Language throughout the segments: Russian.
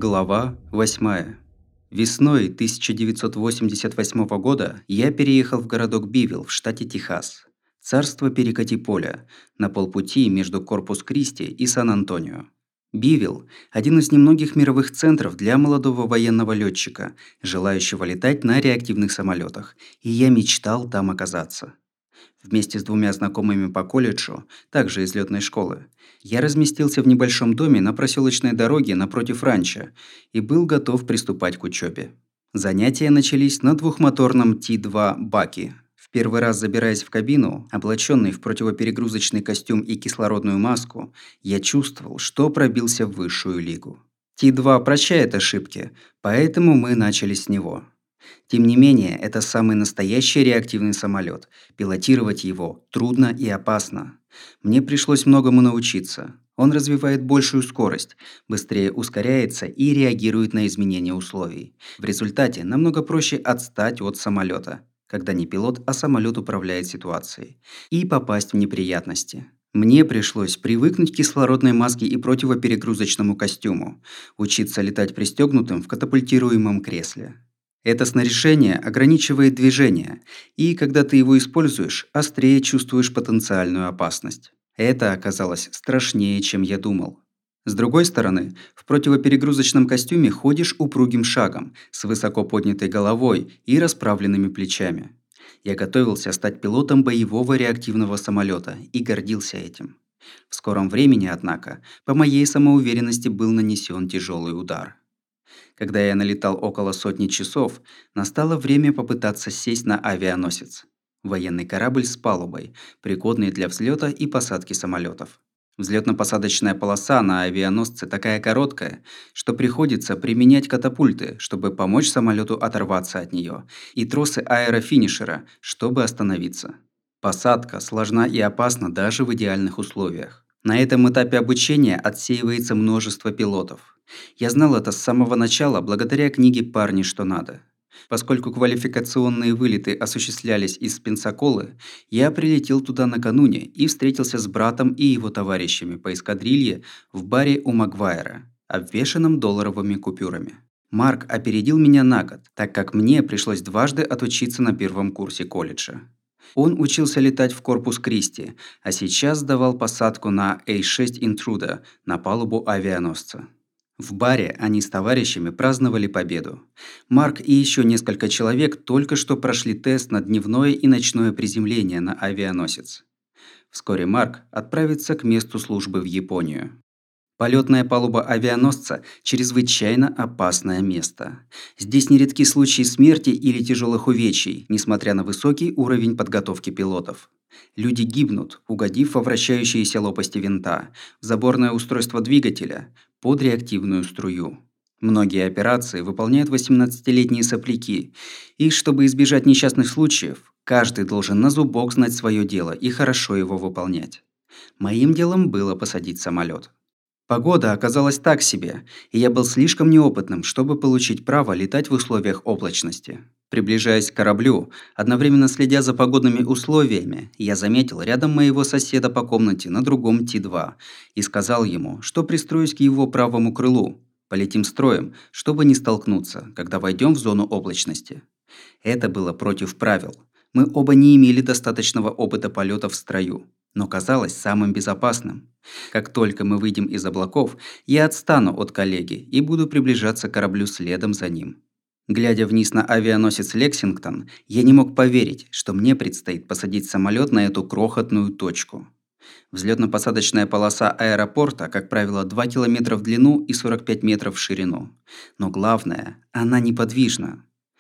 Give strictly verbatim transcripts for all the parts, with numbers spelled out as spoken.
Глава восьмая. Весной тысяча девятьсот восемьдесят восьмого года я переехал в городок Бивилл в штате Техас, царство перекати поля, на полпути между Корпус-Кристи и Сан-Антонио. Бивилл – один из немногих мировых центров для молодого военного летчика, желающего летать на реактивных самолетах, и я мечтал там оказаться. Вместе с двумя знакомыми по колледжу, также из летной школы, я разместился в небольшом доме на проселочной дороге напротив ранчо и был готов приступать к учебе. Занятия начались на двухмоторном Ти два Баки. В первый раз забираясь в кабину, облаченный в противоперегрузочный костюм и кислородную маску, я чувствовал, что пробился в высшую лигу. Ти два прощает ошибки, поэтому мы начали с него. Тем не менее, это самый настоящий реактивный самолет. Пилотировать его трудно и опасно. Мне пришлось многому научиться. Он развивает большую скорость, быстрее ускоряется и реагирует на изменения условий. В результате намного проще отстать от самолета, когда не пилот, а самолет управляет ситуацией, и попасть в неприятности. Мне пришлось привыкнуть к кислородной маске и противоперегрузочному костюму, учиться летать пристегнутым в катапультируемом кресле. Это снаряжение ограничивает движение, и когда ты его используешь, острее чувствуешь потенциальную опасность. Это оказалось страшнее, чем я думал. С другой стороны, в противоперегрузочном костюме ходишь упругим шагом, с высоко поднятой головой и расправленными плечами. Я готовился стать пилотом боевого реактивного самолета и гордился этим. В скором времени, однако, по моей самоуверенности был нанесен тяжелый удар. Когда я налетал около сотни часов, настало время попытаться сесть на авианосец. Военный корабль с палубой, пригодный для взлета и посадки самолетов. Взлетно-посадочная полоса на авианосце такая короткая, что приходится применять катапульты, чтобы помочь самолету оторваться от нее, и тросы аэрофинишера, чтобы остановиться. Посадка сложна и опасна даже в идеальных условиях. На этом этапе обучения отсеивается множество пилотов. Я знал это с самого начала благодаря книге «Парни, что надо». Поскольку квалификационные вылеты осуществлялись из Пенсаколы, я прилетел туда накануне и встретился с братом и его товарищами по эскадрилье в баре у Магуайра, обвешанном долларовыми купюрами. Марк опередил меня на год, так как мне пришлось дважды отучиться на первом курсе колледжа. Он учился летать в Корпус-Кристи, а сейчас сдавал посадку на Эй шесть Intruder на палубу авианосца. В баре они с товарищами праздновали победу. Марк и еще несколько человек только что прошли тест на дневное и ночное приземление на авианосец. Вскоре Марк отправится к месту службы в Японию. Полетная палуба авианосца – чрезвычайно опасное место. Здесь нередки случаи смерти или тяжелых увечий, несмотря на высокий уровень подготовки пилотов. Люди гибнут, угодив во вращающиеся лопасти винта, в заборное устройство двигателя, под реактивную струю. Многие операции выполняют восемнадцатилетние сопляки, и чтобы избежать несчастных случаев, каждый должен на зубок знать свое дело и хорошо его выполнять. Моим делом было посадить самолет. Погода оказалась так себе, и я был слишком неопытным, чтобы получить право летать в условиях облачности. Приближаясь к кораблю, одновременно следя за погодными условиями, я заметил рядом моего соседа по комнате на другом Ти два и сказал ему, что пристроюсь к его правому крылу. Полетим строем, чтобы не столкнуться, когда войдем в зону облачности. Это было против правил. Мы оба не имели достаточного опыта полета в строю, но казалось самым безопасным. Как только мы выйдем из облаков, я отстану от коллеги и буду приближаться к кораблю следом за ним. Глядя вниз на авианосец «Лексингтон», я не мог поверить, что мне предстоит посадить самолет на эту крохотную точку. Взлетно-посадочная полоса аэропорта, как правило, два километра в длину и сорок пять метров в ширину. Но главное, она неподвижна.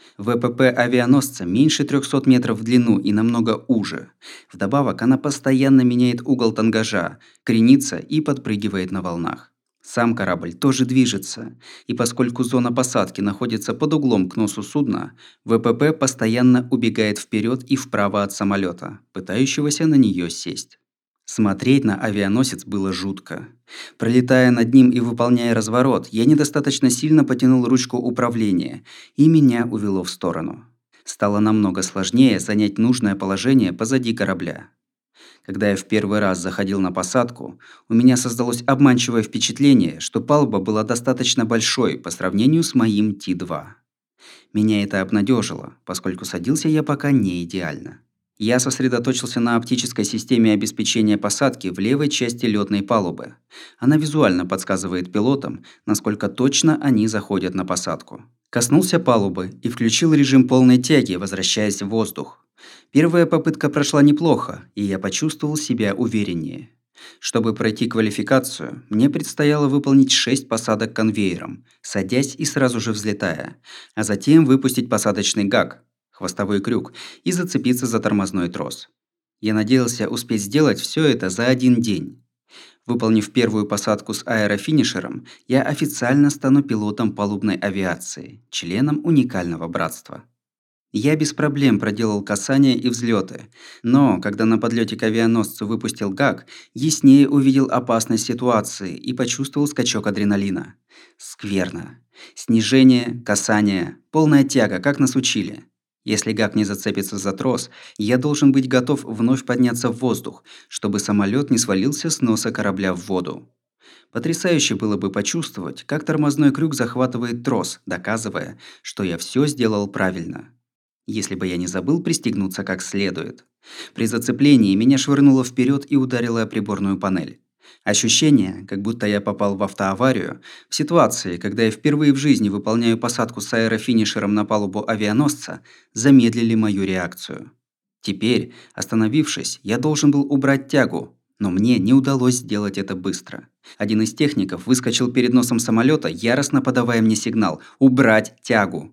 ВПП авианосца меньше трёхсот метров в длину и намного уже. Вдобавок, она постоянно меняет угол тангажа, кренится и подпрыгивает на волнах. Сам корабль тоже движется, и поскольку зона посадки находится под углом к носу судна, ВПП постоянно убегает вперед и вправо от самолета, пытающегося на нее сесть. Смотреть на авианосец было жутко. Пролетая над ним и выполняя разворот, я недостаточно сильно потянул ручку управления, и меня увело в сторону. Стало намного сложнее занять нужное положение позади корабля. Когда я в первый раз заходил на посадку, у меня создалось обманчивое впечатление, что палуба была достаточно большой по сравнению с моим Ти два. Меня это обнадежило, поскольку садился я пока не идеально. Я сосредоточился на оптической системе обеспечения посадки в левой части лётной палубы. Она визуально подсказывает пилотам, насколько точно они заходят на посадку. Коснулся палубы и включил режим полной тяги, возвращаясь в воздух. Первая попытка прошла неплохо, и я почувствовал себя увереннее. Чтобы пройти квалификацию, мне предстояло выполнить шесть посадок конвейером, садясь и сразу же взлетая, а затем выпустить посадочный гак, хвостовой крюк, и зацепиться за тормозной трос. Я надеялся успеть сделать все это за один день. Выполнив первую посадку с аэрофинишером, я официально стану пилотом палубной авиации, членом уникального братства. Я без проблем проделал касания и взлеты, но когда на подлете к авианосцу выпустил гак, яснее увидел опасность ситуации и почувствовал скачок адреналина. Скверно. Снижение, касание, полная тяга, как нас учили. Если гак не зацепится за трос, я должен быть готов вновь подняться в воздух, чтобы самолет не свалился с носа корабля в воду. Потрясающе было бы почувствовать, как тормозной крюк захватывает трос, доказывая, что я все сделал правильно. Если бы я не забыл пристегнуться как следует. При зацеплении меня швырнуло вперед и ударило о приборную панель. Ощущение, как будто я попал в автоаварию, в ситуации, когда я впервые в жизни выполняю посадку с аэрофинишером на палубу авианосца, замедлили мою реакцию. Теперь, остановившись, я должен был убрать тягу, но мне не удалось сделать это быстро. Один из техников выскочил перед носом самолета, яростно подавая мне сигнал «Убрать тягу!».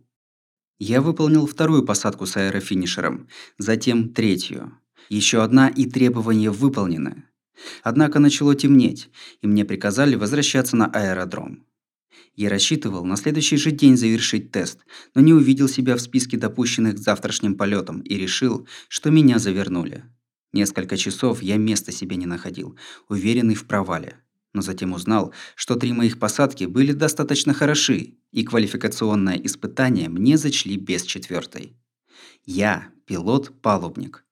Я выполнил вторую посадку с аэрофинишером, затем третью. Еще одна, и требования выполнены. Однако начало темнеть, и мне приказали возвращаться на аэродром. Я рассчитывал на следующий же день завершить тест, но не увидел себя в списке допущенных к завтрашним полетам и решил, что меня завернули. Несколько часов я места себе не находил, уверенный в провале. Но затем узнал, что три моих посадки были достаточно хороши, и квалификационное испытание мне зачли без четвертой. Я пилот-палубник.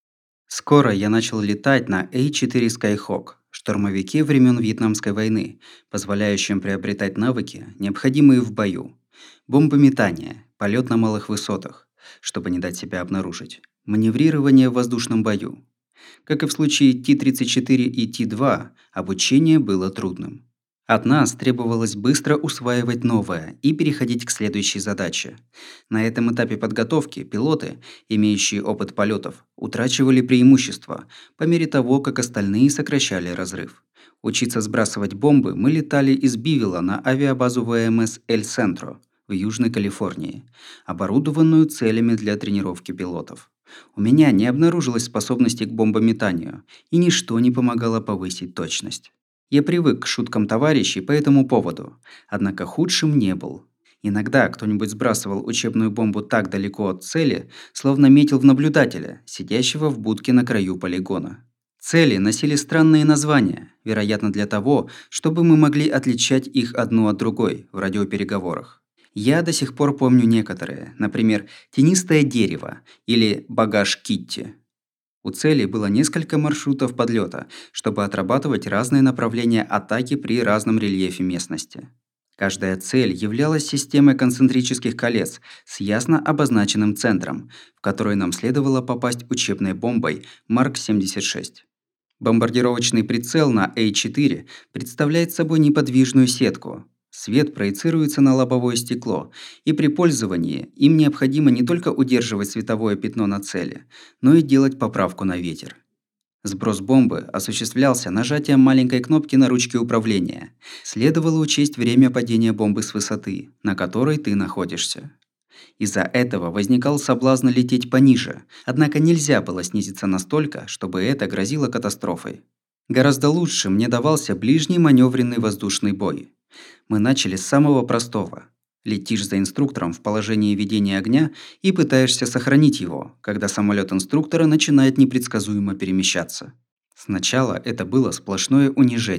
Скоро я начал летать на Эй четыре Skyhawk, штурмовике времен Вьетнамской войны, позволяющем приобретать навыки, необходимые в бою. Бомбометание, полет на малых высотах, чтобы не дать себя обнаружить, маневрирование в воздушном бою. Как и в случае Ти тридцать четыре и Ти два, обучение было трудным. От нас требовалось быстро усваивать новое и переходить к следующей задаче. На этом этапе подготовки пилоты, имеющие опыт полетов, утрачивали преимущество по мере того, как остальные сокращали разрыв. Учиться сбрасывать бомбы мы летали из Бивилла на авиабазу вэ эм эс Эль-Сентро в Южной Калифорнии, оборудованную целями для тренировки пилотов. У меня не обнаружилось способности к бомбометанию, и ничто не помогало повысить точность. Я привык к шуткам товарищей по этому поводу, однако худшим не был. Иногда кто-нибудь сбрасывал учебную бомбу так далеко от цели, словно метил в наблюдателя, сидящего в будке на краю полигона. Цели носили странные названия, вероятно для того, чтобы мы могли отличать их одну от другой в радиопереговорах. Я до сих пор помню некоторые, например, «тенистое дерево» или «багаж Китти». У цели было несколько маршрутов подлета, чтобы отрабатывать разные направления атаки при разном рельефе местности. Каждая цель являлась системой концентрических колец с ясно обозначенным центром, в который нам следовало попасть учебной бомбой Марк семьдесят шесть. Бомбардировочный прицел на Эй четыре представляет собой неподвижную сетку. Свет проецируется на лобовое стекло, и при пользовании им необходимо не только удерживать световое пятно на цели, но и делать поправку на ветер. Сброс бомбы осуществлялся нажатием маленькой кнопки на ручке управления. Следовало учесть время падения бомбы с высоты, на которой ты находишься. Из-за этого возникал соблазн лететь пониже, однако нельзя было снизиться настолько, чтобы это грозило катастрофой. Гораздо лучше мне давался ближний маневренный воздушный бой. Мы начали с самого простого. Летишь за инструктором в положении ведения огня и пытаешься сохранить его, когда самолет инструктора начинает непредсказуемо перемещаться. Сначала это было сплошное унижение.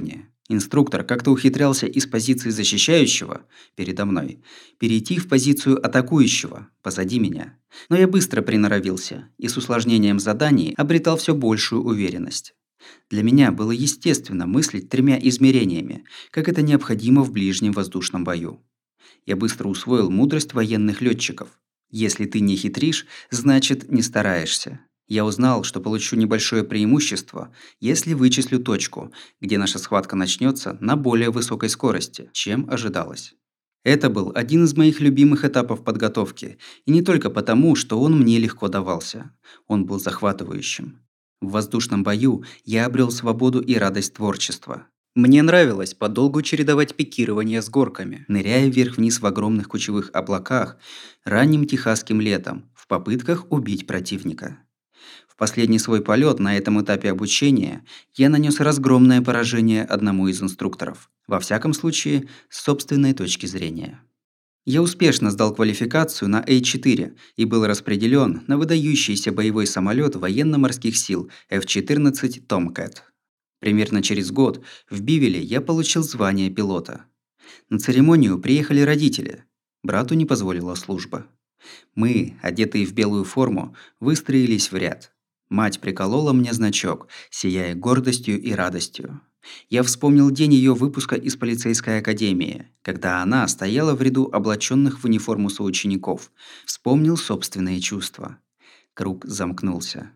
Инструктор как-то ухитрялся из позиции защищающего передо мной перейти в позицию атакующего позади меня. Но я быстро приноровился и с усложнением заданий обретал все большую уверенность. Для меня было естественно мыслить тремя измерениями, как это необходимо в ближнем воздушном бою. Я быстро усвоил мудрость военных летчиков. Если ты не хитришь, значит не стараешься. Я узнал, что получу небольшое преимущество, если вычислю точку, где наша схватка начнется на более высокой скорости, чем ожидалось. Это был один из моих любимых этапов подготовки, и не только потому, что он мне легко давался. Он был захватывающим. В воздушном бою я обрел свободу и радость творчества. Мне нравилось подолгу чередовать пикирование с горками, ныряя вверх-вниз в огромных кучевых облаках ранним техасским летом в попытках убить противника. В последний свой полет на этом этапе обучения я нанес разгромное поражение одному из инструкторов, во всяком случае, с собственной точки зрения. Я успешно сдал квалификацию на А четыре и был распределен на выдающийся боевой самолет военно-морских сил эф четырнадцать Tomcat. Примерно через год в Бивиле я получил звание пилота. На церемонию приехали родители. Брату не позволила служба. Мы, одетые в белую форму, выстроились в ряд. Мать приколола мне значок, сияя гордостью и радостью. Я вспомнил день ее выпуска из полицейской академии, когда она стояла в ряду облаченных в униформу соучеников. Вспомнил собственные чувства. Круг замкнулся.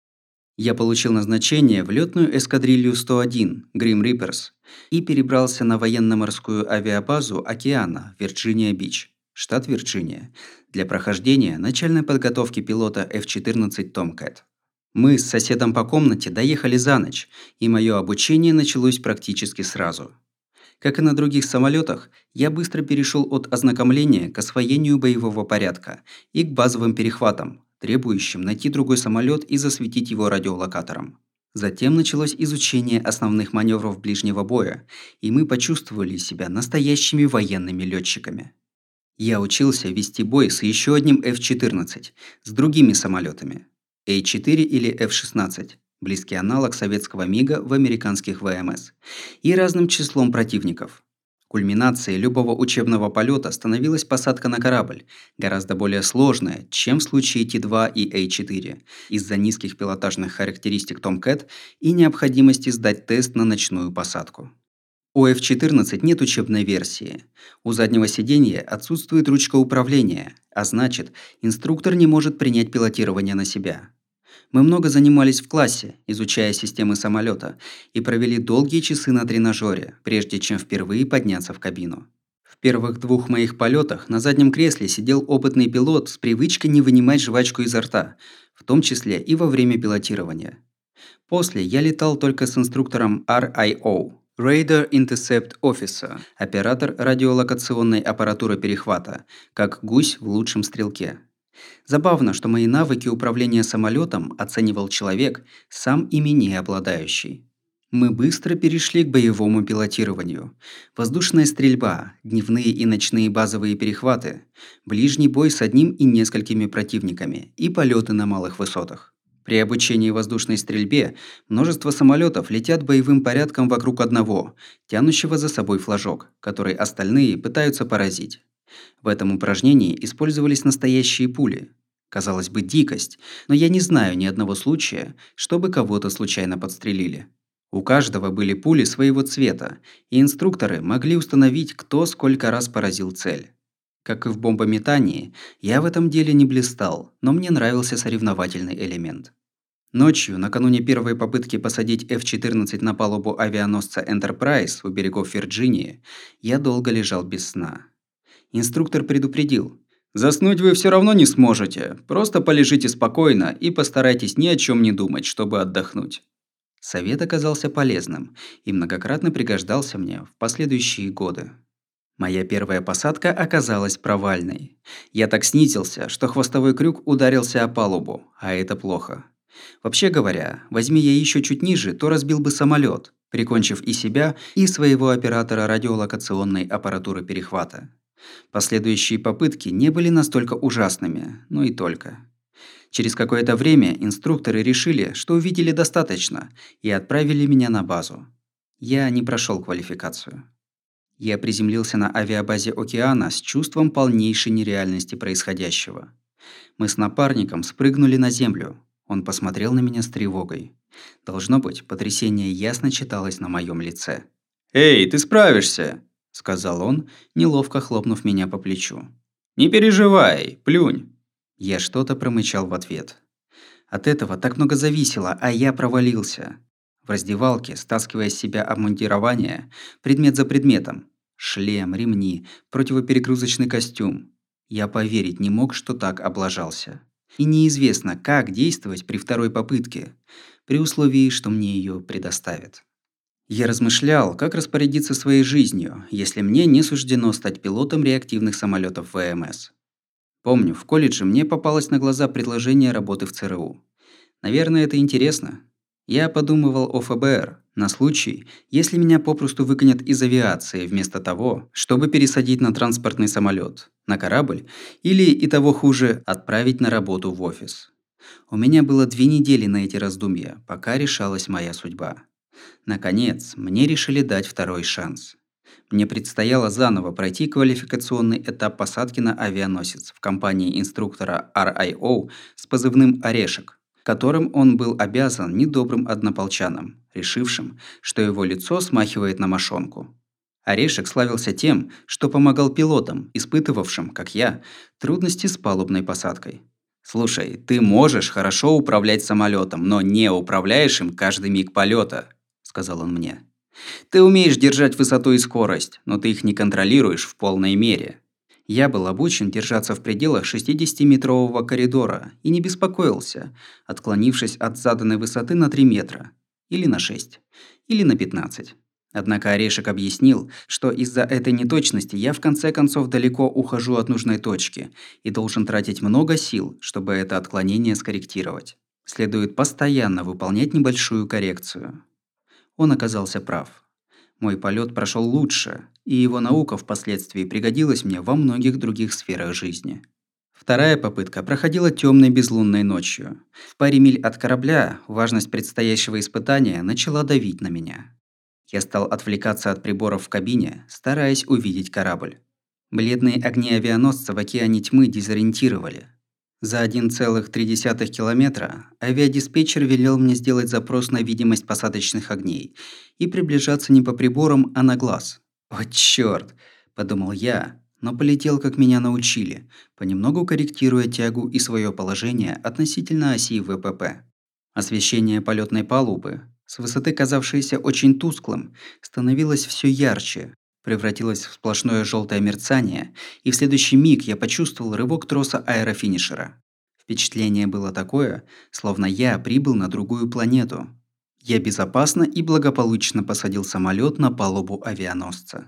Я получил назначение в летную эскадрилью сто один Grim Reapers и перебрался на военно-морскую авиабазу Океана, Вирджиния-Бич, штат Вирджиния, для прохождения начальной подготовки пилота эф четырнадцать Tomcat. Мы с соседом по комнате доехали за ночь, и мое обучение началось практически сразу. Как и на других самолетах, я быстро перешел от ознакомления к освоению боевого порядка и к базовым перехватам, требующим найти другой самолет и засветить его радиолокатором. Затем началось изучение основных маневров ближнего боя, и мы почувствовали себя настоящими военными летчиками. Я учился вести бой с еще одним эф четырнадцать, с другими самолетами. А четыре или эф шестнадцать, близкий аналог советского МиГа в американских ВМС, и разным числом противников. Кульминацией любого учебного полета становилась посадка на корабль, гораздо более сложная, чем в случае Ти два и А четыре, из-за низких пилотажных характеристик Tomcat и необходимости сдать тест на ночную посадку. У эф четырнадцать нет учебной версии. У заднего сиденья отсутствует ручка управления, а значит, инструктор не может принять пилотирование на себя. Мы много занимались в классе, изучая системы самолета, и провели долгие часы на тренажере, прежде чем впервые подняться в кабину. В первых двух моих полетах на заднем кресле сидел опытный пилот с привычкой не вынимать жвачку изо рта, в том числе и во время пилотирования. После я летал только с инструктором ар ай о. Radar Intercept Officer, оператор радиолокационной аппаратуры перехвата, как гусь в лучшем стрелке. Забавно, что мои навыки управления самолетом оценивал человек, сам ими не обладающий. Мы быстро перешли к боевому пилотированию. Воздушная стрельба, дневные и ночные базовые перехваты, ближний бой с одним и несколькими противниками и полеты на малых высотах. При обучении воздушной стрельбе множество самолетов летят боевым порядком вокруг одного, тянущего за собой флажок, который остальные пытаются поразить. В этом упражнении использовались настоящие пули. Казалось бы, дикость, но я не знаю ни одного случая, чтобы кого-то случайно подстрелили. У каждого были пули своего цвета, и инструкторы могли установить, кто сколько раз поразил цель. Как и в бомбометании, я в этом деле не блистал, но мне нравился соревновательный элемент. Ночью, накануне первой попытки посадить эф четырнадцать на палубу авианосца Enterprise у берегов Вирджинии, я долго лежал без сна. Инструктор предупредил: «Заснуть вы все равно не сможете, просто полежите спокойно и постарайтесь ни о чем не думать, чтобы отдохнуть». Совет оказался полезным и многократно пригождался мне в последующие годы. Моя первая посадка оказалась провальной. Я так снизился, что хвостовой крюк ударился о палубу, а это плохо. Вообще говоря, возьми я еще чуть ниже, то разбил бы самолет, прикончив и себя, и своего оператора радиолокационной аппаратуры перехвата. Последующие попытки не были настолько ужасными, но и только. Через какое-то время инструкторы решили, что увидели достаточно, и отправили меня на базу. Я не прошел квалификацию. Я приземлился на авиабазе Океана с чувством полнейшей нереальности происходящего. Мы с напарником спрыгнули на землю. Он посмотрел на меня с тревогой. Должно быть, потрясение ясно читалось на моем лице. «Эй, ты справишься!» – сказал он, неловко хлопнув меня по плечу. «Не переживай, плюнь!» Я что-то промычал в ответ. От этого так много зависело, а я провалился. В раздевалке, стаскивая с себя обмундирование, предмет за предметом. Шлем, ремни, противоперегрузочный костюм. Я поверить не мог, что так облажался. И неизвестно, как действовать при второй попытке, при условии, что мне ее предоставят. Я размышлял, как распорядиться своей жизнью, если мне не суждено стать пилотом реактивных самолетов ВМС. Помню, в колледже мне попалось на глаза предложение работы в ЦРУ. Наверное, это интересно. Я подумывал о ФБР, на случай, если меня попросту выкинут из авиации вместо того, чтобы пересадить на транспортный самолет, на корабль или, и того хуже, отправить на работу в офис. У меня было две недели на эти раздумья, пока решалась моя судьба. Наконец, мне решили дать второй шанс. Мне предстояло заново пройти квалификационный этап посадки на авианосец в компании инструктора ар ай о с позывным «Орешек», которым он был обязан недобрым однополчанам, решившим, что его лицо смахивает на мошонку. Орешек славился тем, что помогал пилотам, испытывавшим, как я, трудности с палубной посадкой. «Слушай, ты можешь хорошо управлять самолетом, но не управляешь им каждый миг полета», – сказал он мне. «Ты умеешь держать высоту и скорость, но ты их не контролируешь в полной мере». Я был обучен держаться в пределах шестидесятиметрового коридора и не беспокоился, отклонившись от заданной высоты на три метра, или на шесть, или на пятнадцать. Однако Орешек объяснил, что из-за этой неточности я в конце концов далеко ухожу от нужной точки и должен тратить много сил, чтобы это отклонение скорректировать. Следует постоянно выполнять небольшую коррекцию. Он оказался прав. Мой полет прошел лучше, и его наука впоследствии пригодилась мне во многих других сферах жизни. Вторая попытка проходила темной безлунной ночью. В паре миль от корабля важность предстоящего испытания начала давить на меня. Я стал отвлекаться от приборов в кабине, стараясь увидеть корабль. Бледные огни авианосца в океане тьмы дезориентировали. За один целых три десятых километра авиадиспетчер велел мне сделать запрос на видимость посадочных огней и приближаться не по приборам, а на глаз. «О, чёрт!» – подумал я, но полетел, как меня научили, понемногу корректируя тягу и свое положение относительно оси вэ пэ пэ. Освещение полетной палубы, с высоты казавшееся очень тусклым, становилось все ярче, превратилось в сплошное желтое мерцание, и в следующий миг я почувствовал рывок троса аэрофинишера. Впечатление было такое, словно я прибыл на другую планету. Я безопасно и благополучно посадил самолет на палубу авианосца.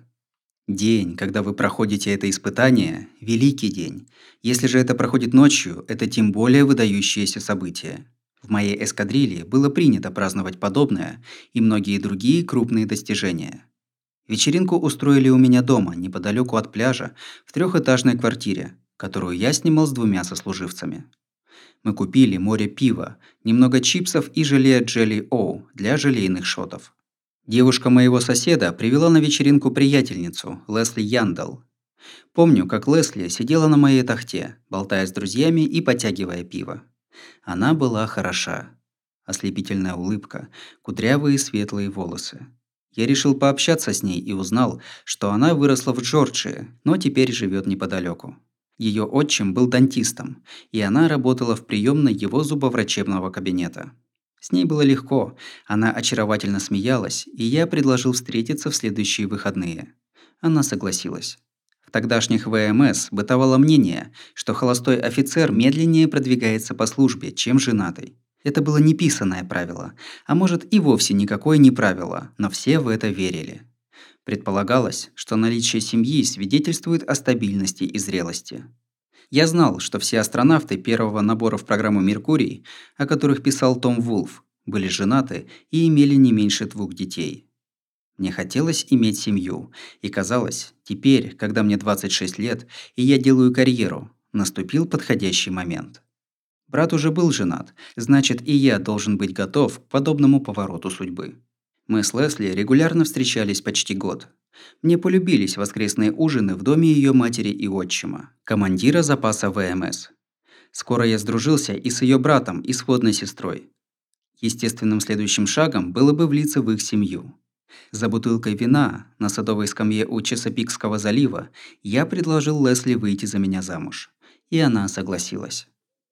День, когда вы проходите это испытание, великий день. Если же это проходит ночью, это тем более выдающееся событие. В моей эскадрилье было принято праздновать подобное и многие другие крупные достижения. Вечеринку устроили у меня дома, неподалеку от пляжа, в трехэтажной квартире, которую я снимал с двумя сослуживцами. Мы купили море пива, немного чипсов и желе Jelly O для желейных шотов. Девушка моего соседа привела на вечеринку приятельницу, Лесли Яндал. Помню, как Лесли сидела на моей тахте, болтая с друзьями и потягивая пиво. Она была хороша. Ослепительная улыбка, кудрявые светлые волосы. Я решил пообщаться с ней и узнал, что она выросла в Джорджии, но теперь живет неподалеку. Ее отчим был дантистом, и она работала в приемной его зубоврачебного кабинета. С ней было легко, она очаровательно смеялась, и я предложил встретиться в следующие выходные. Она согласилась. В тогдашних вэ эм эс бытовало мнение, что холостой офицер медленнее продвигается по службе, чем женатый. Это было неписаное правило, а может и вовсе никакое не правило, но все в это верили. Предполагалось, что наличие семьи свидетельствует о стабильности и зрелости. Я знал, что все астронавты первого набора в программу «Меркурий», о которых писал Том Вулф, были женаты и имели не меньше двух детей. Мне хотелось иметь семью, и казалось, теперь, когда мне двадцать шесть лет и я делаю карьеру, наступил подходящий момент. Брат уже был женат, значит, и я должен быть готов к подобному повороту судьбы. Мы с Лесли регулярно встречались почти год. Мне полюбились воскресные ужины в доме ее матери и отчима, командира запаса ВМС. Скоро я сдружился и с ее братом, и сводной сестрой. Естественным следующим шагом было бы влиться в их семью. За бутылкой вина на садовой скамье у Чесапикского залива я предложил Лесли выйти за меня замуж. И она согласилась.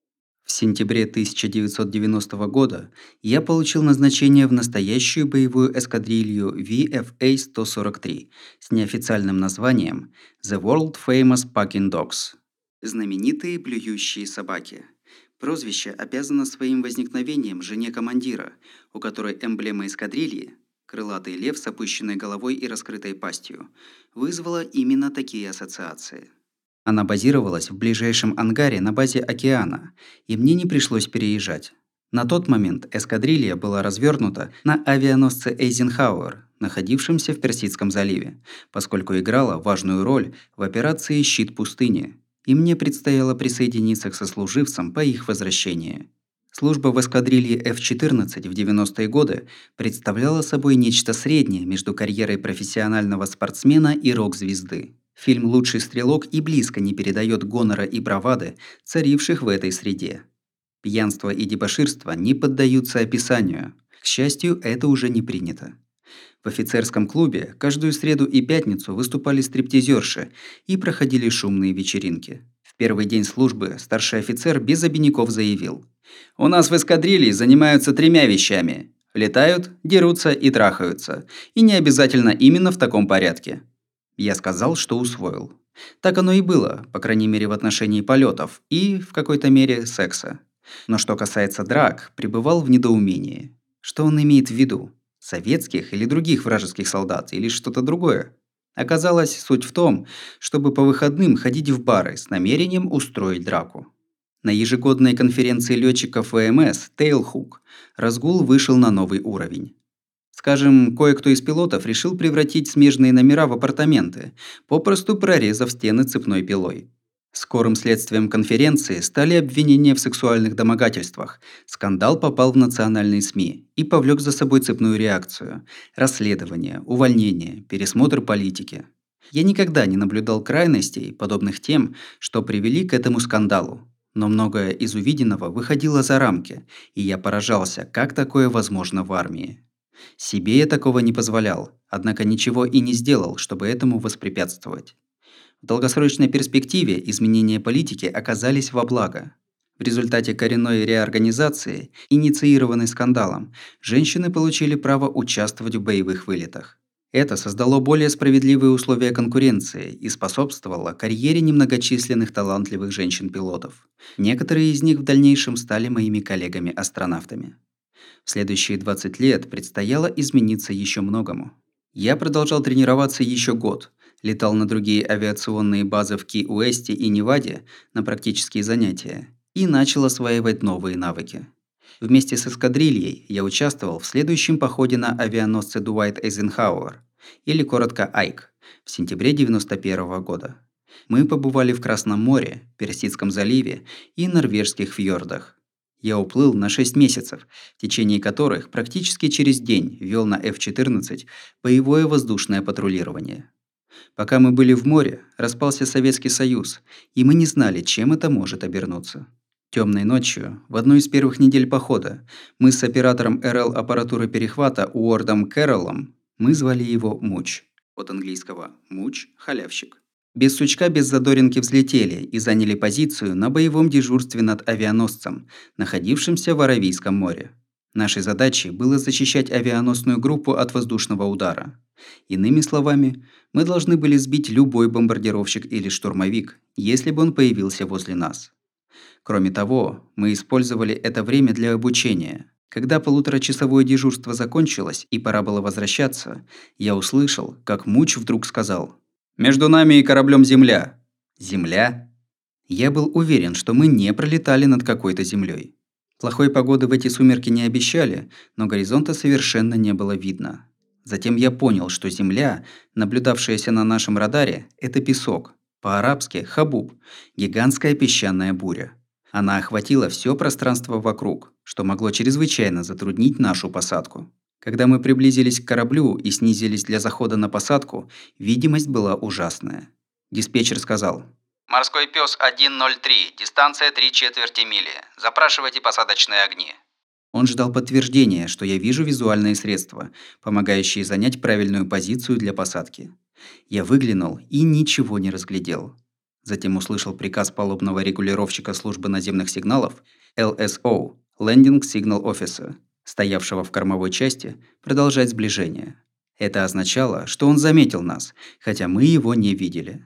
В сентябре тысяча девятьсот девяностого года я получил назначение в настоящую боевую эскадрилью ви эф эй сто сорок три с неофициальным названием The World Famous Packing Dogs – знаменитые блюющие собаки. Прозвище обязано своим возникновением жене командира, у которой эмблема эскадрильи – крылатый лев с опущенной головой и раскрытой пастью – вызвала именно такие ассоциации. Она базировалась в ближайшем ангаре на базе «Океана», и мне не пришлось переезжать. На тот момент эскадрилья была развернута на авианосце «Эйзенхауэр», находившемся в Персидском заливе, поскольку играла важную роль в операции «Щит пустыни», и мне предстояло присоединиться к сослуживцам по их возвращении. Служба в эскадрилье эф четырнадцать в девяностые годы представляла собой нечто среднее между карьерой профессионального спортсмена и рок-звезды. Фильм «Лучший стрелок» и близко не передает гонора и бравады, царивших в этой среде. Пьянство и дебоширство не поддаются описанию. К счастью, это уже не принято. В офицерском клубе каждую среду и пятницу выступали стриптизерши и проходили шумные вечеринки. В первый день службы старший офицер без обиняков заявил: «У нас в эскадрилье занимаются тремя вещами. Летают, дерутся и трахаются. И не обязательно именно в таком порядке». Я сказал, что усвоил. Так оно и было, по крайней мере в отношении полетов и, в какой-то мере, секса. Но что касается драк, пребывал в недоумении. Что он имеет в виду? Советских или других вражеских солдат, или что-то другое? Оказалось, суть в том, чтобы по выходным ходить в бары с намерением устроить драку. На ежегодной конференции летчиков ВМС «Тейлхук» разгул вышел на новый уровень. Скажем, кое-кто из пилотов решил превратить смежные номера в апартаменты, попросту прорезав стены цепной пилой. Скорым следствием конференции стали обвинения в сексуальных домогательствах. Скандал попал в национальные СМИ и повлек за собой цепную реакцию: расследование, увольнение, пересмотр политики. Я никогда не наблюдал крайностей, подобных тем, что привели к этому скандалу. Но многое из увиденного выходило за рамки, и я поражался, как такое возможно в армии. Себе я такого не позволял, однако ничего и не сделал, чтобы этому воспрепятствовать. В долгосрочной перспективе изменения политики оказались во благо. В результате коренной реорганизации, инициированной скандалом, женщины получили право участвовать в боевых вылетах. Это создало более справедливые условия конкуренции и способствовало карьере немногочисленных талантливых женщин-пилотов. Некоторые из них в дальнейшем стали моими коллегами-астронавтами. В следующие двадцать лет предстояло измениться еще многому. Я продолжал тренироваться еще год, летал на другие авиационные базы в Ки-Уэсте и Неваде на практические занятия и начал осваивать новые навыки. Вместе с эскадрильей я участвовал в следующем походе на авианосце Дуайт Эйзенхауэр, или коротко Айк, в сентябре девяносто первого года. Мы побывали в Красном море, Персидском заливе и норвежских фьордах. Я уплыл на шесть месяцев, в течение которых практически через день вел на эф четырнадцать боевое воздушное патрулирование. Пока мы были в море, распался Советский Союз, и мы не знали, чем это может обернуться. Темной ночью, в одну из первых недель похода, мы с оператором эр эл аппаратуры перехвата Уордом Кэрроллом, мы звали его Муч, от английского «муч» – халявщик. Без сучка, без задоринки взлетели и заняли позицию на боевом дежурстве над авианосцем, находившимся в Аравийском море. Нашей задачей было защищать авианосную группу от воздушного удара. Иными словами, мы должны были сбить любой бомбардировщик или штурмовик, если бы он появился возле нас. Кроме того, мы использовали это время для обучения. Когда полуторачасовое дежурство закончилось и пора было возвращаться, я услышал, как Муч вдруг сказал: «Между нами и кораблем земля». Земля? Я был уверен, что мы не пролетали над какой-то землей. Плохой погоды в эти сумерки не обещали, но горизонта совершенно не было видно. Затем я понял, что земля, наблюдавшаяся на нашем радаре, это песок, по-арабски хабуб, гигантская песчаная буря. Она охватила все пространство вокруг, что могло чрезвычайно затруднить нашу посадку. Когда мы приблизились к кораблю и снизились для захода на посадку, видимость была ужасная. Диспетчер сказал: «Морской пес один ноль три, дистанция три четверти мили. Запрашивайте посадочные огни». Он ждал подтверждения, что я вижу визуальные средства, помогающие занять правильную позицию для посадки. Я выглянул и ничего не разглядел. Затем услышал приказ палубного регулировщика службы наземных сигналов эл эс о (Landing Signal Officer), стоявшего в кормовой части, продолжать сближение. Это означало, что он заметил нас, хотя мы его не видели.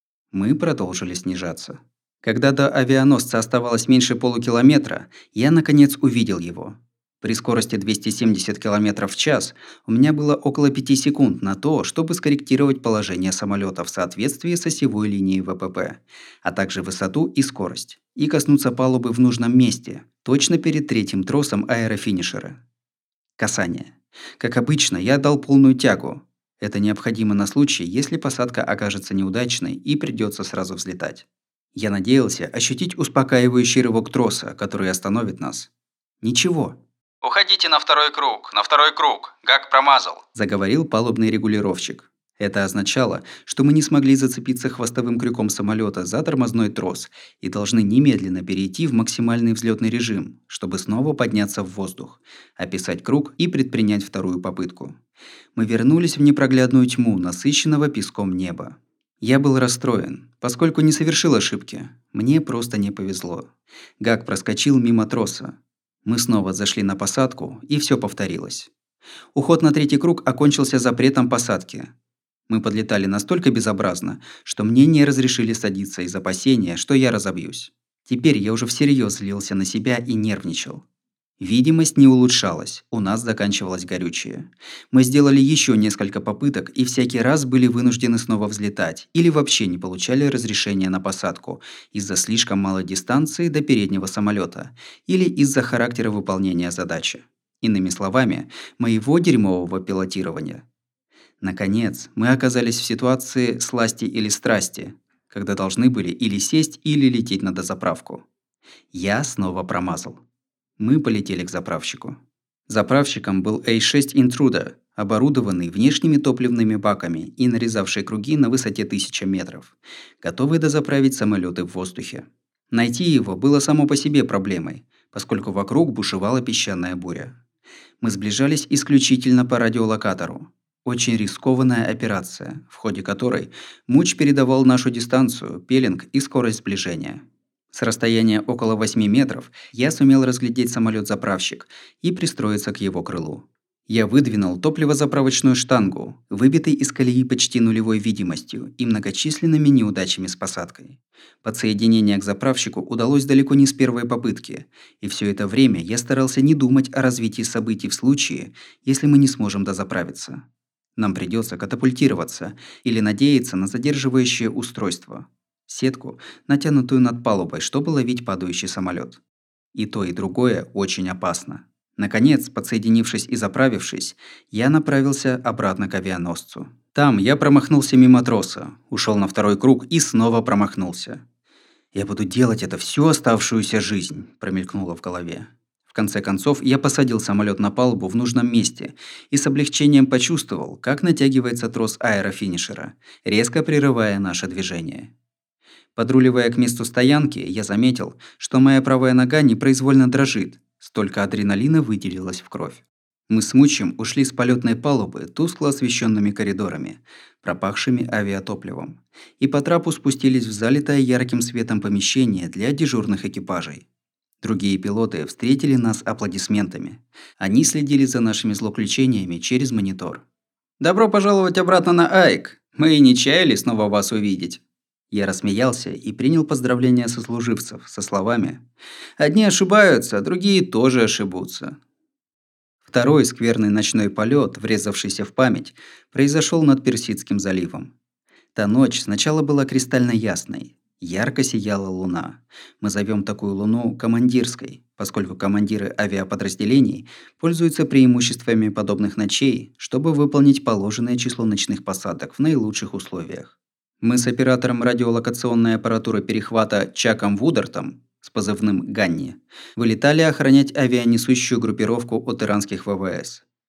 Мы продолжили снижаться. Когда до авианосца оставалось меньше полукилометра, я наконец увидел его. При скорости двести семьдесят километров в час у меня было около пяти секунд на то, чтобы скорректировать положение самолета в соответствии с осевой линией вэ пэ пэ, а также высоту и скорость, и коснуться палубы в нужном месте, точно перед третьим тросом аэрофинишера. Касание. Как обычно, я дал полную тягу. Это необходимо на случай, если посадка окажется неудачной и придется сразу взлетать. Я надеялся ощутить успокаивающий рывок троса, который остановит нас. Ничего. «Уходите на второй круг, на второй круг, Гак промазал», – заговорил палубный регулировщик. Это означало, что мы не смогли зацепиться хвостовым крюком самолета за тормозной трос и должны немедленно перейти в максимальный взлетный режим, чтобы снова подняться в воздух, описать круг и предпринять вторую попытку. Мы вернулись в непроглядную тьму насыщенного песком неба. Я был расстроен, поскольку не совершил ошибки. Мне просто не повезло. Гак проскочил мимо троса. Мы снова зашли на посадку, и все повторилось. Уход на третий круг окончился запретом посадки. Мы подлетали настолько безобразно, что мне не разрешили садиться из опасения, что я разобьюсь. Теперь я уже всерьез злился на себя и нервничал. Видимость не улучшалась, у нас заканчивалось горючее. Мы сделали еще несколько попыток и всякий раз были вынуждены снова взлетать или вообще не получали разрешения на посадку из-за слишком малой дистанции до переднего самолета или из-за характера выполнения задачи. Иными словами, моего дерьмового пилотирования. Наконец, мы оказались в ситуации сласти или страсти, когда должны были или сесть, или лететь на дозаправку. Я снова промазал. Мы полетели к заправщику. Заправщиком был эй шесть Intruder, оборудованный внешними топливными баками и нарезавший круги на высоте тысячи метров, готовый дозаправить самолеты в воздухе. Найти его было само по себе проблемой, поскольку вокруг бушевала песчаная буря. Мы сближались исключительно по радиолокатору. Очень рискованная операция, в ходе которой Муч передавал нашу дистанцию, пелинг и скорость сближения. С расстояния около восьми метров я сумел разглядеть самолет-заправщик и пристроиться к его крылу. Я выдвинул топливозаправочную штангу, выбитый из колеи почти нулевой видимостью и многочисленными неудачами с посадкой. Подсоединение к заправщику удалось далеко не с первой попытки, и все это время я старался не думать о развитии событий в случае, если мы не сможем дозаправиться. Нам придется катапультироваться или надеяться на задерживающее устройство. Сетку, натянутую над палубой, чтобы ловить падающий самолет. И то, и другое очень опасно. Наконец, подсоединившись и заправившись, я направился обратно к авианосцу. Там я промахнулся мимо троса, ушел на второй круг и снова промахнулся. «Я буду делать это всю оставшуюся жизнь», – промелькнуло в голове. В конце концов, я посадил самолет на палубу в нужном месте и с облегчением почувствовал, как натягивается трос аэрофинишера, резко прерывая наше движение. Подруливая к месту стоянки, я заметил, что моя правая нога непроизвольно дрожит, столько адреналина выделилось в кровь. Мы с Мучем ушли с полетной палубы тускло освещенными коридорами, пропахшими авиатопливом, и по трапу спустились в залитое ярким светом помещение для дежурных экипажей. Другие пилоты встретили нас аплодисментами. Они следили за нашими злоключениями через монитор. «Добро пожаловать обратно на Айк! Мы и не чаяли снова вас увидеть!» Я рассмеялся и принял поздравления сослуживцев со словами: «Одни ошибаются, другие тоже ошибутся». Второй скверный ночной полет, врезавшийся в память, произошел над Персидским заливом. Та ночь сначала была кристально ясной. Ярко сияла луна. Мы зовем такую луну командирской, поскольку командиры авиаподразделений пользуются преимуществами подобных ночей, чтобы выполнить положенное число ночных посадок в наилучших условиях. Мы с оператором радиолокационной аппаратуры перехвата Чаком Вудартом с позывным «Ганни» вылетали охранять авианесущую группировку от иранских вэ вэ эс.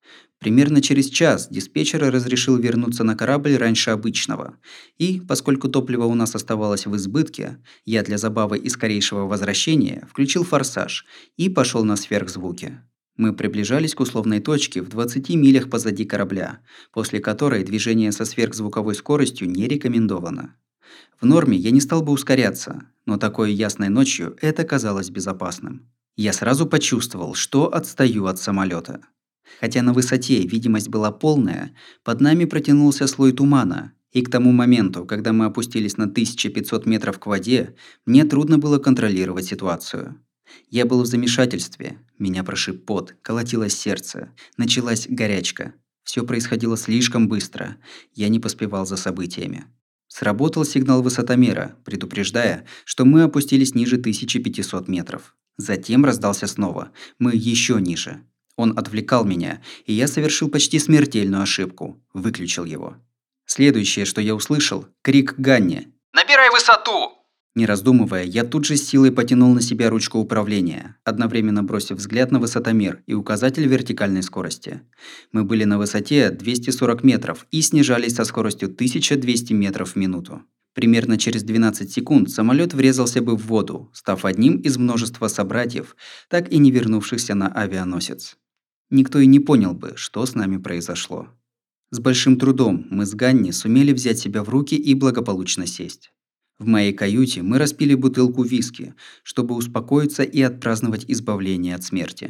Примерно через час диспетчер разрешил вернуться на корабль раньше обычного. И, поскольку топлива у нас оставалось в избытке, я для забавы и скорейшего возвращения включил форсаж и пошел на сверхзвуки. Мы приближались к условной точке в двадцати милях позади корабля, после которой движение со сверхзвуковой скоростью не рекомендовано. В норме я не стал бы ускоряться, но такой ясной ночью это казалось безопасным. Я сразу почувствовал, что отстаю от самолета. Хотя на высоте видимость была полная, под нами протянулся слой тумана, и к тому моменту, когда мы опустились на тысячу пятьсот метров к воде, мне трудно было контролировать ситуацию. Я был в замешательстве, меня прошиб пот, колотилось сердце, началась горячка. Все происходило слишком быстро, я не поспевал за событиями. Сработал сигнал высотомера, предупреждая, что мы опустились ниже тысячи пятисот метров. Затем раздался снова, мы еще ниже. Он отвлекал меня, и я совершил почти смертельную ошибку, выключил его. Следующее, что я услышал – крик Ганни. «Набирай высоту!» Не раздумывая, я тут же с силой потянул на себя ручку управления, одновременно бросив взгляд на высотомер и указатель вертикальной скорости. Мы были на высоте двести сорок метров и снижались со скоростью тысяча двести метров в минуту. Примерно через двенадцать секунд самолет врезался бы в воду, став одним из множества собратьев, так и не вернувшихся на авианосец. Никто и не понял бы, что с нами произошло. С большим трудом мы с Ганни сумели взять себя в руки и благополучно сесть. В моей каюте мы распили бутылку виски, чтобы успокоиться и отпраздновать избавление от смерти.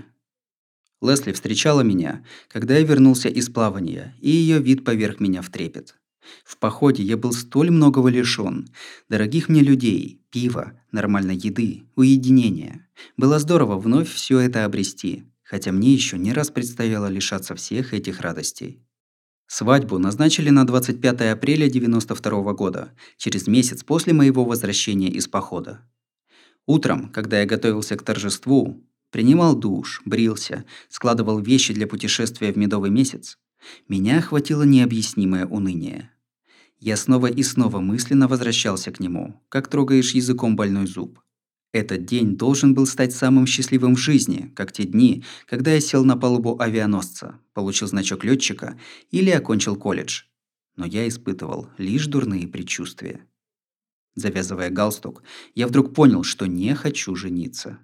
Лесли встречала меня, когда я вернулся из плавания, и ее вид поверг меня в трепет. В походе я был столь многого лишён: дорогих мне людей, пива, нормальной еды, уединения. Было здорово вновь все это обрести, хотя мне еще не раз предстояло лишаться всех этих радостей. Свадьбу назначили на двадцать пятое апреля девяносто второго года, через месяц после моего возвращения из похода. Утром, когда я готовился к торжеству, принимал душ, брился, складывал вещи для путешествия в медовый месяц, меня охватило необъяснимое уныние. Я снова и снова мысленно возвращался к нему, как трогаешь языком больной зуб. Этот день должен был стать самым счастливым в жизни, как те дни, когда я сел на палубу авианосца, получил значок летчика или окончил колледж. Но я испытывал лишь дурные предчувствия. Завязывая галстук, я вдруг понял, что не хочу жениться.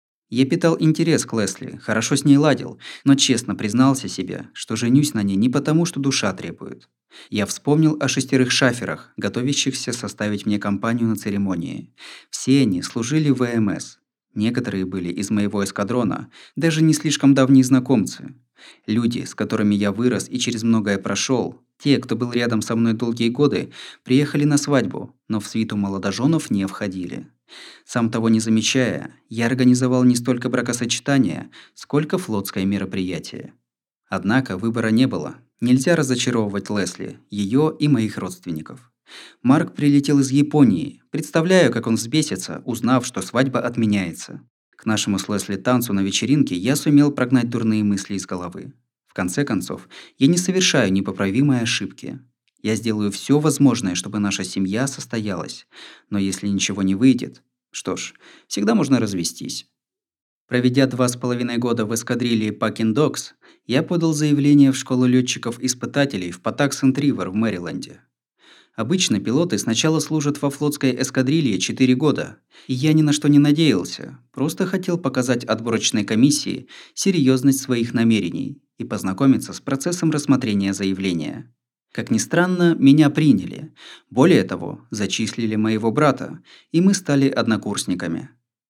Я питал интерес к Лесли, хорошо с ней ладил, но честно признался себе, что женюсь на ней не потому, что душа требует. Я вспомнил о шестерых шаферах, готовящихся составить мне компанию на церемонии. Все они служили в ВМС. Некоторые были из моего эскадрона, даже не слишком давние знакомцы. Люди, с которыми я вырос и через многое прошел, те, кто был рядом со мной долгие годы, приехали на свадьбу, но в свиту молодоженов не входили. Сам того не замечая, я организовал не столько бракосочетание, сколько флотское мероприятие. Однако выбора не было. Нельзя разочаровывать Лесли, ее и моих родственников. Марк прилетел из Японии. Представляю, как он взбесится, узнав, что свадьба отменяется. К нашему с Лесли танцу на вечеринке я сумел прогнать дурные мысли из головы. В конце концов, я не совершаю непоправимой ошибки. Я сделаю все возможное, чтобы наша семья состоялась. Но если ничего не выйдет, что ж, всегда можно развестись. Проведя два с половиной года в эскадрилье Packing Dogs, я подал заявление в школу летчиков-испытателей в Патаксент-Ривер в Мэриленде. Обычно пилоты сначала служат во флотской эскадрилье четыре года, и я ни на что не надеялся, просто хотел показать отборочной комиссии серьезность своих намерений и познакомиться с процессом рассмотрения заявления. Как ни странно, меня приняли. Более того, зачислили моего брата, и мы стали однокурсниками.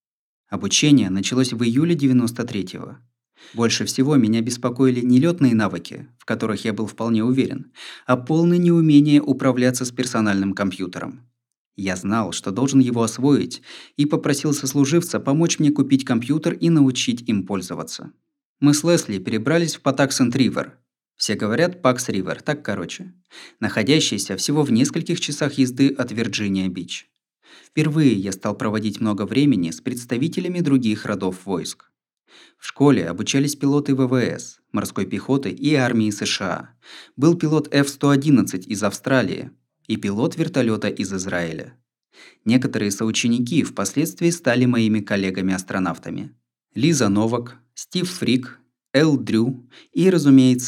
Обучение началось в июле девяносто третьего. Больше всего меня беспокоили не летные навыки, в которых я был вполне уверен, а полное неумение управляться с персональным компьютером. Я знал, что должен его освоить, и попросил сослуживца помочь мне купить компьютер и научить им пользоваться. Мы с Лесли перебрались в Патаксент-Ривер. Все говорят Пакс-Ривер, так короче. Находящийся всего в нескольких часах езды от Вирджиния-Бич. Впервые я стал проводить много времени с представителями других родов войск. В школе обучались пилоты ВВС, морской пехоты и армии США. Был пилот эф сто одиннадцать из Австралии и пилот вертолета из Израиля. Некоторые соученики впоследствии стали моими коллегами-астронавтами. Лиза Новак, Стив Фрик, Эл Дрю и, разумеется,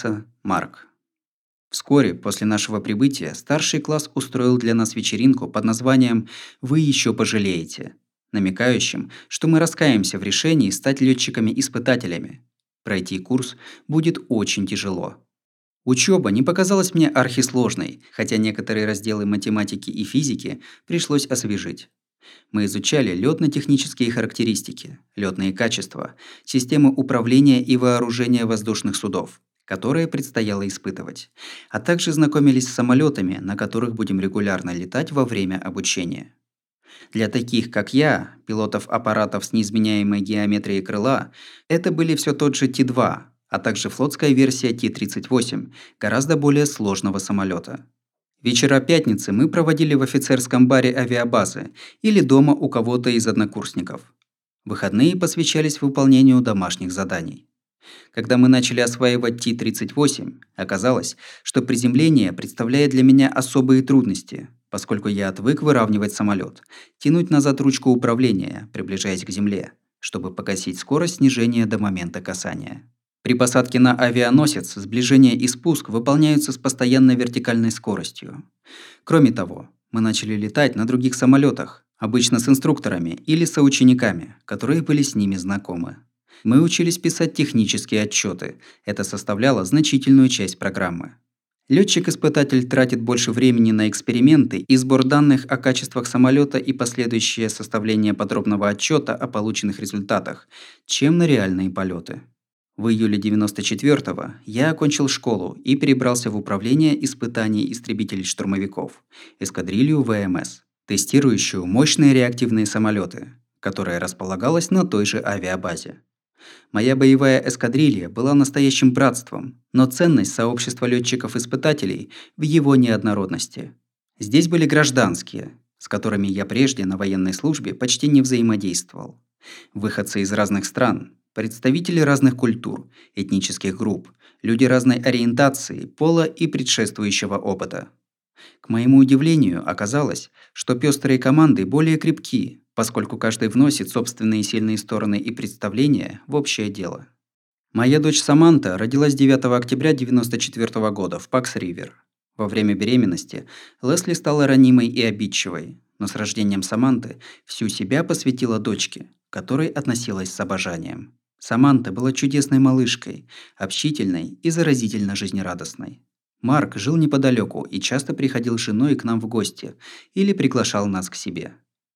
Марк. Вскоре после нашего прибытия старший класс устроил для нас вечеринку под названием «Вы еще пожалеете», намекающим, что мы раскаемся в решении стать летчиками-испытателями. Пройти курс будет очень тяжело. Учеба не показалась мне архисложной, хотя некоторые разделы математики и физики пришлось освежить. Мы изучали лётно-технические характеристики, лётные качества, системы управления и вооружения воздушных судов, которые предстояло испытывать, а также знакомились с самолетами, на которых будем регулярно летать во время обучения. Для таких, как я, пилотов аппаратов с неизменяемой геометрией крыла, это были все тот же Ти два, а также флотская версия Ти тридцать восемь, гораздо более сложного самолета. Вечера пятницы мы проводили в офицерском баре авиабазы или дома у кого-то из однокурсников. Выходные посвящались выполнению домашних заданий. Когда мы начали осваивать Ти тридцать восемь, оказалось, что приземление представляет для меня особые трудности, поскольку я отвык выравнивать самолет, тянуть назад ручку управления, приближаясь к земле, чтобы погасить скорость снижения до момента касания. При посадке на авианосец сближение и спуск выполняются с постоянной вертикальной скоростью. Кроме того, мы начали летать на других самолетах, обычно с инструкторами или соучениками, которые были с ними знакомы. Мы учились писать технические отчеты. Это составляло значительную часть программы. Летчик-испытатель тратит больше времени на эксперименты и сбор данных о качествах самолета и последующее составление подробного отчета о полученных результатах, чем на реальные полеты. В июле девяносто четвёртого я окончил школу и перебрался в управление испытаний истребителей-штурмовиков, эскадрилью вэ эм эс, тестирующую мощные реактивные самолеты, которая располагалась на той же авиабазе. Моя боевая эскадрилья была настоящим братством, но ценность сообщества летчиков-испытателей в его неоднородности. Здесь были гражданские, с которыми я прежде на военной службе почти не взаимодействовал. Выходцы из разных стран, представители разных культур, этнических групп, люди разной ориентации, пола и предшествующего опыта. К моему удивлению, оказалось, что пестрые команды более крепки, поскольку каждый вносит собственные сильные стороны и представления в общее дело. Моя дочь Саманта родилась девятого октября девяносто четвёртого года в Пакс-Ривер. Во время беременности Лесли стала ранимой и обидчивой, но с рождением Саманты всю себя посвятила дочке, к которой относилась с обожанием. Саманта была чудесной малышкой, общительной и заразительно жизнерадостной. Марк жил неподалеку и часто приходил с женой к нам в гости или приглашал нас к себе.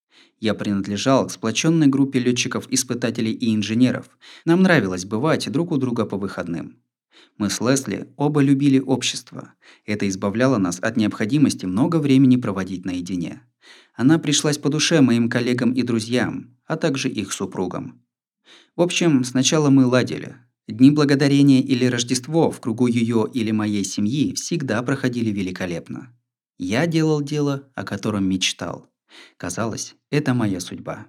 Я принадлежал к сплоченной группе летчиков-испытателей и инженеров. Нам нравилось бывать друг у друга по выходным. Мы с Лесли оба любили общество. Это избавляло нас от необходимости много времени проводить наедине. Она пришлась по душе моим коллегам и друзьям, а также их супругам. В общем, сначала мы ладили. Дни благодарения или Рождество в кругу ее или моей семьи всегда проходили великолепно. Я делал дело, о котором мечтал. Казалось, это моя судьба.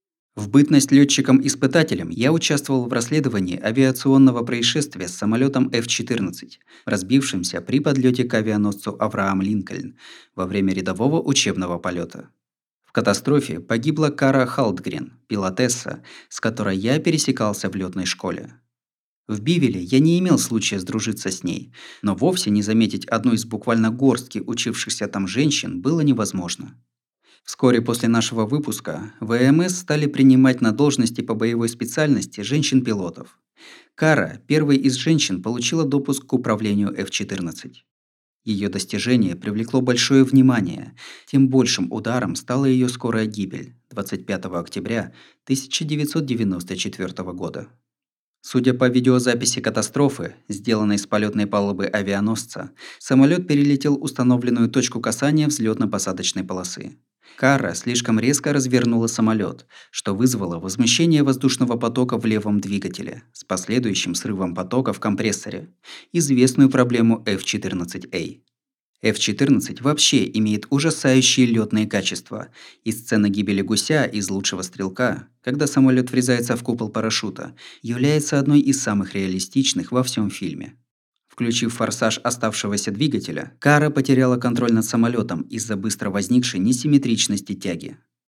В бытность летчиком-испытателем я участвовал в расследовании авиационного происшествия с самолетом эф четырнадцать, разбившимся при подлете к авианосцу Авраам Линкольн во время рядового учебного полета. В катастрофе погибла Кара Халдгрен, пилотесса, с которой я пересекался в летной школе. В Бивиле я не имел случая сдружиться с ней, но вовсе не заметить одну из буквально горстки учившихся там женщин было невозможно. Вскоре после нашего выпуска вэ эм эс стали принимать на должности по боевой специальности женщин-пилотов. Кара, первой из женщин, получила допуск к управлению эф четырнадцать. Ее достижение привлекло большое внимание, тем большим ударом стала ее скорая гибель двадцать пятого октября тысяча девятьсот девяносто четвёртого года. Судя по видеозаписи катастрофы, сделанной с полетной палубы авианосца, самолет перелетел установленную точку касания взлетно-посадочной полосы. Кара слишком резко развернула самолет, что вызвало возмущение воздушного потока в левом двигателе с последующим срывом потока в компрессоре, известную проблему эф четырнадцать эй. эф четырнадцать вообще имеет ужасающие летные качества, и сцена гибели гуся из «Лучшего стрелка», когда самолет врезается в купол парашюта, является одной из самых реалистичных во всем фильме. Включив форсаж оставшегося двигателя, Кара потеряла контроль над самолетом из-за быстро возникшей несимметричности тяги.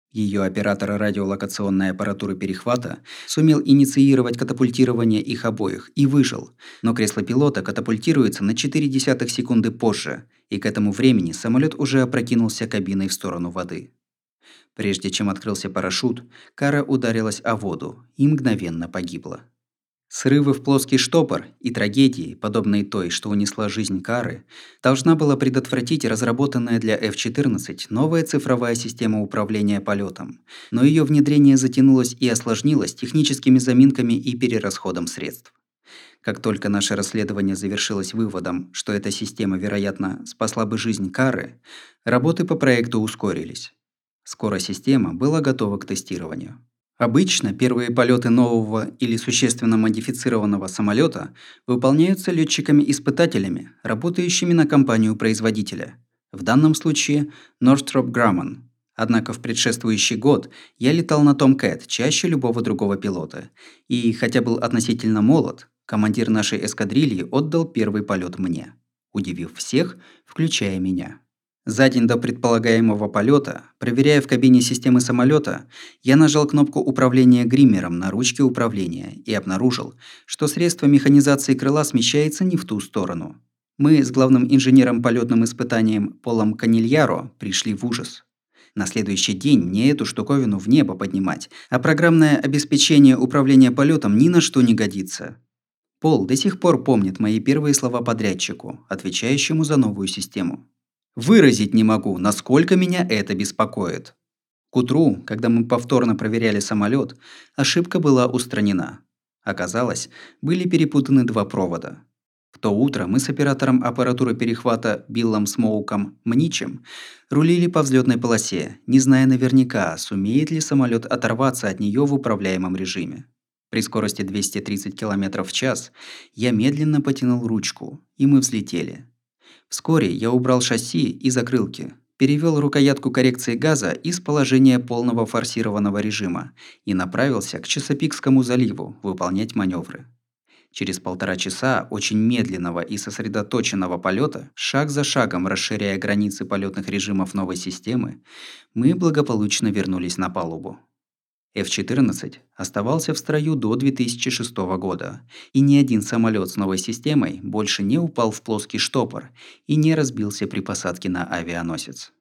Ее оператор радиолокационной аппаратуры перехвата сумел инициировать катапультирование их обоих и выжил, но кресло пилота катапультируется на четыре десятых секунды позже, и к этому времени самолет уже опрокинулся кабиной в сторону воды. Прежде чем открылся парашют, Кара ударилась о воду и мгновенно погибла. Срывы в плоский штопор и трагедии, подобные той, что унесла жизнь Кары, должна была предотвратить разработанная для эф четырнадцать новая цифровая система управления полетом, но ее внедрение затянулось и осложнилось техническими заминками и перерасходом средств. Как только наше расследование завершилось выводом, что эта система, вероятно, спасла бы жизнь Кары, работы по проекту ускорились. Скоро система была готова к тестированию. Обычно первые полеты нового или существенно модифицированного самолета выполняются летчиками-испытателями, работающими на компанию-производителя. В данном случае Northrop Grumman. Однако в предшествующий год я летал на Tomcat чаще любого другого пилота. И хотя был относительно молод, командир нашей эскадрильи отдал первый полет мне, удивив всех, включая меня. За день до предполагаемого полета, проверяя в кабине системы самолета, я нажал кнопку управления гриммером на ручке управления и обнаружил, что средство механизации крыла смещается не в ту сторону. Мы с главным инженером полетным испытанием Полом Канильяро пришли в ужас. На следующий день мне эту штуковину в небо поднимать, а программное обеспечение управления полетом ни на что не годится. Пол до сих пор помнит мои первые слова подрядчику, отвечающему за новую систему. Выразить не могу, насколько меня это беспокоит. К утру, когда мы повторно проверяли самолет, ошибка была устранена. Оказалось, были перепутаны два провода. В то утро мы с оператором аппаратуры перехвата Биллом Смоуком Мничем рулили по взлетной полосе, не зная наверняка, сумеет ли самолет оторваться от нее в управляемом режиме. При скорости двести тридцать километров в час я медленно потянул ручку, и мы взлетели. Вскоре я убрал шасси и закрылки, перевел рукоятку коррекции газа из положения полного форсированного режима и направился к Чесапикскому заливу выполнять маневры. Через полтора часа очень медленного и сосредоточенного полета, шаг за шагом расширяя границы полетных режимов новой системы, мы благополучно вернулись на палубу. эф четырнадцать оставался в строю до две тысячи шестого года, и ни один самолет с новой системой больше не упал в плоский штопор и не разбился при посадке на авианосец.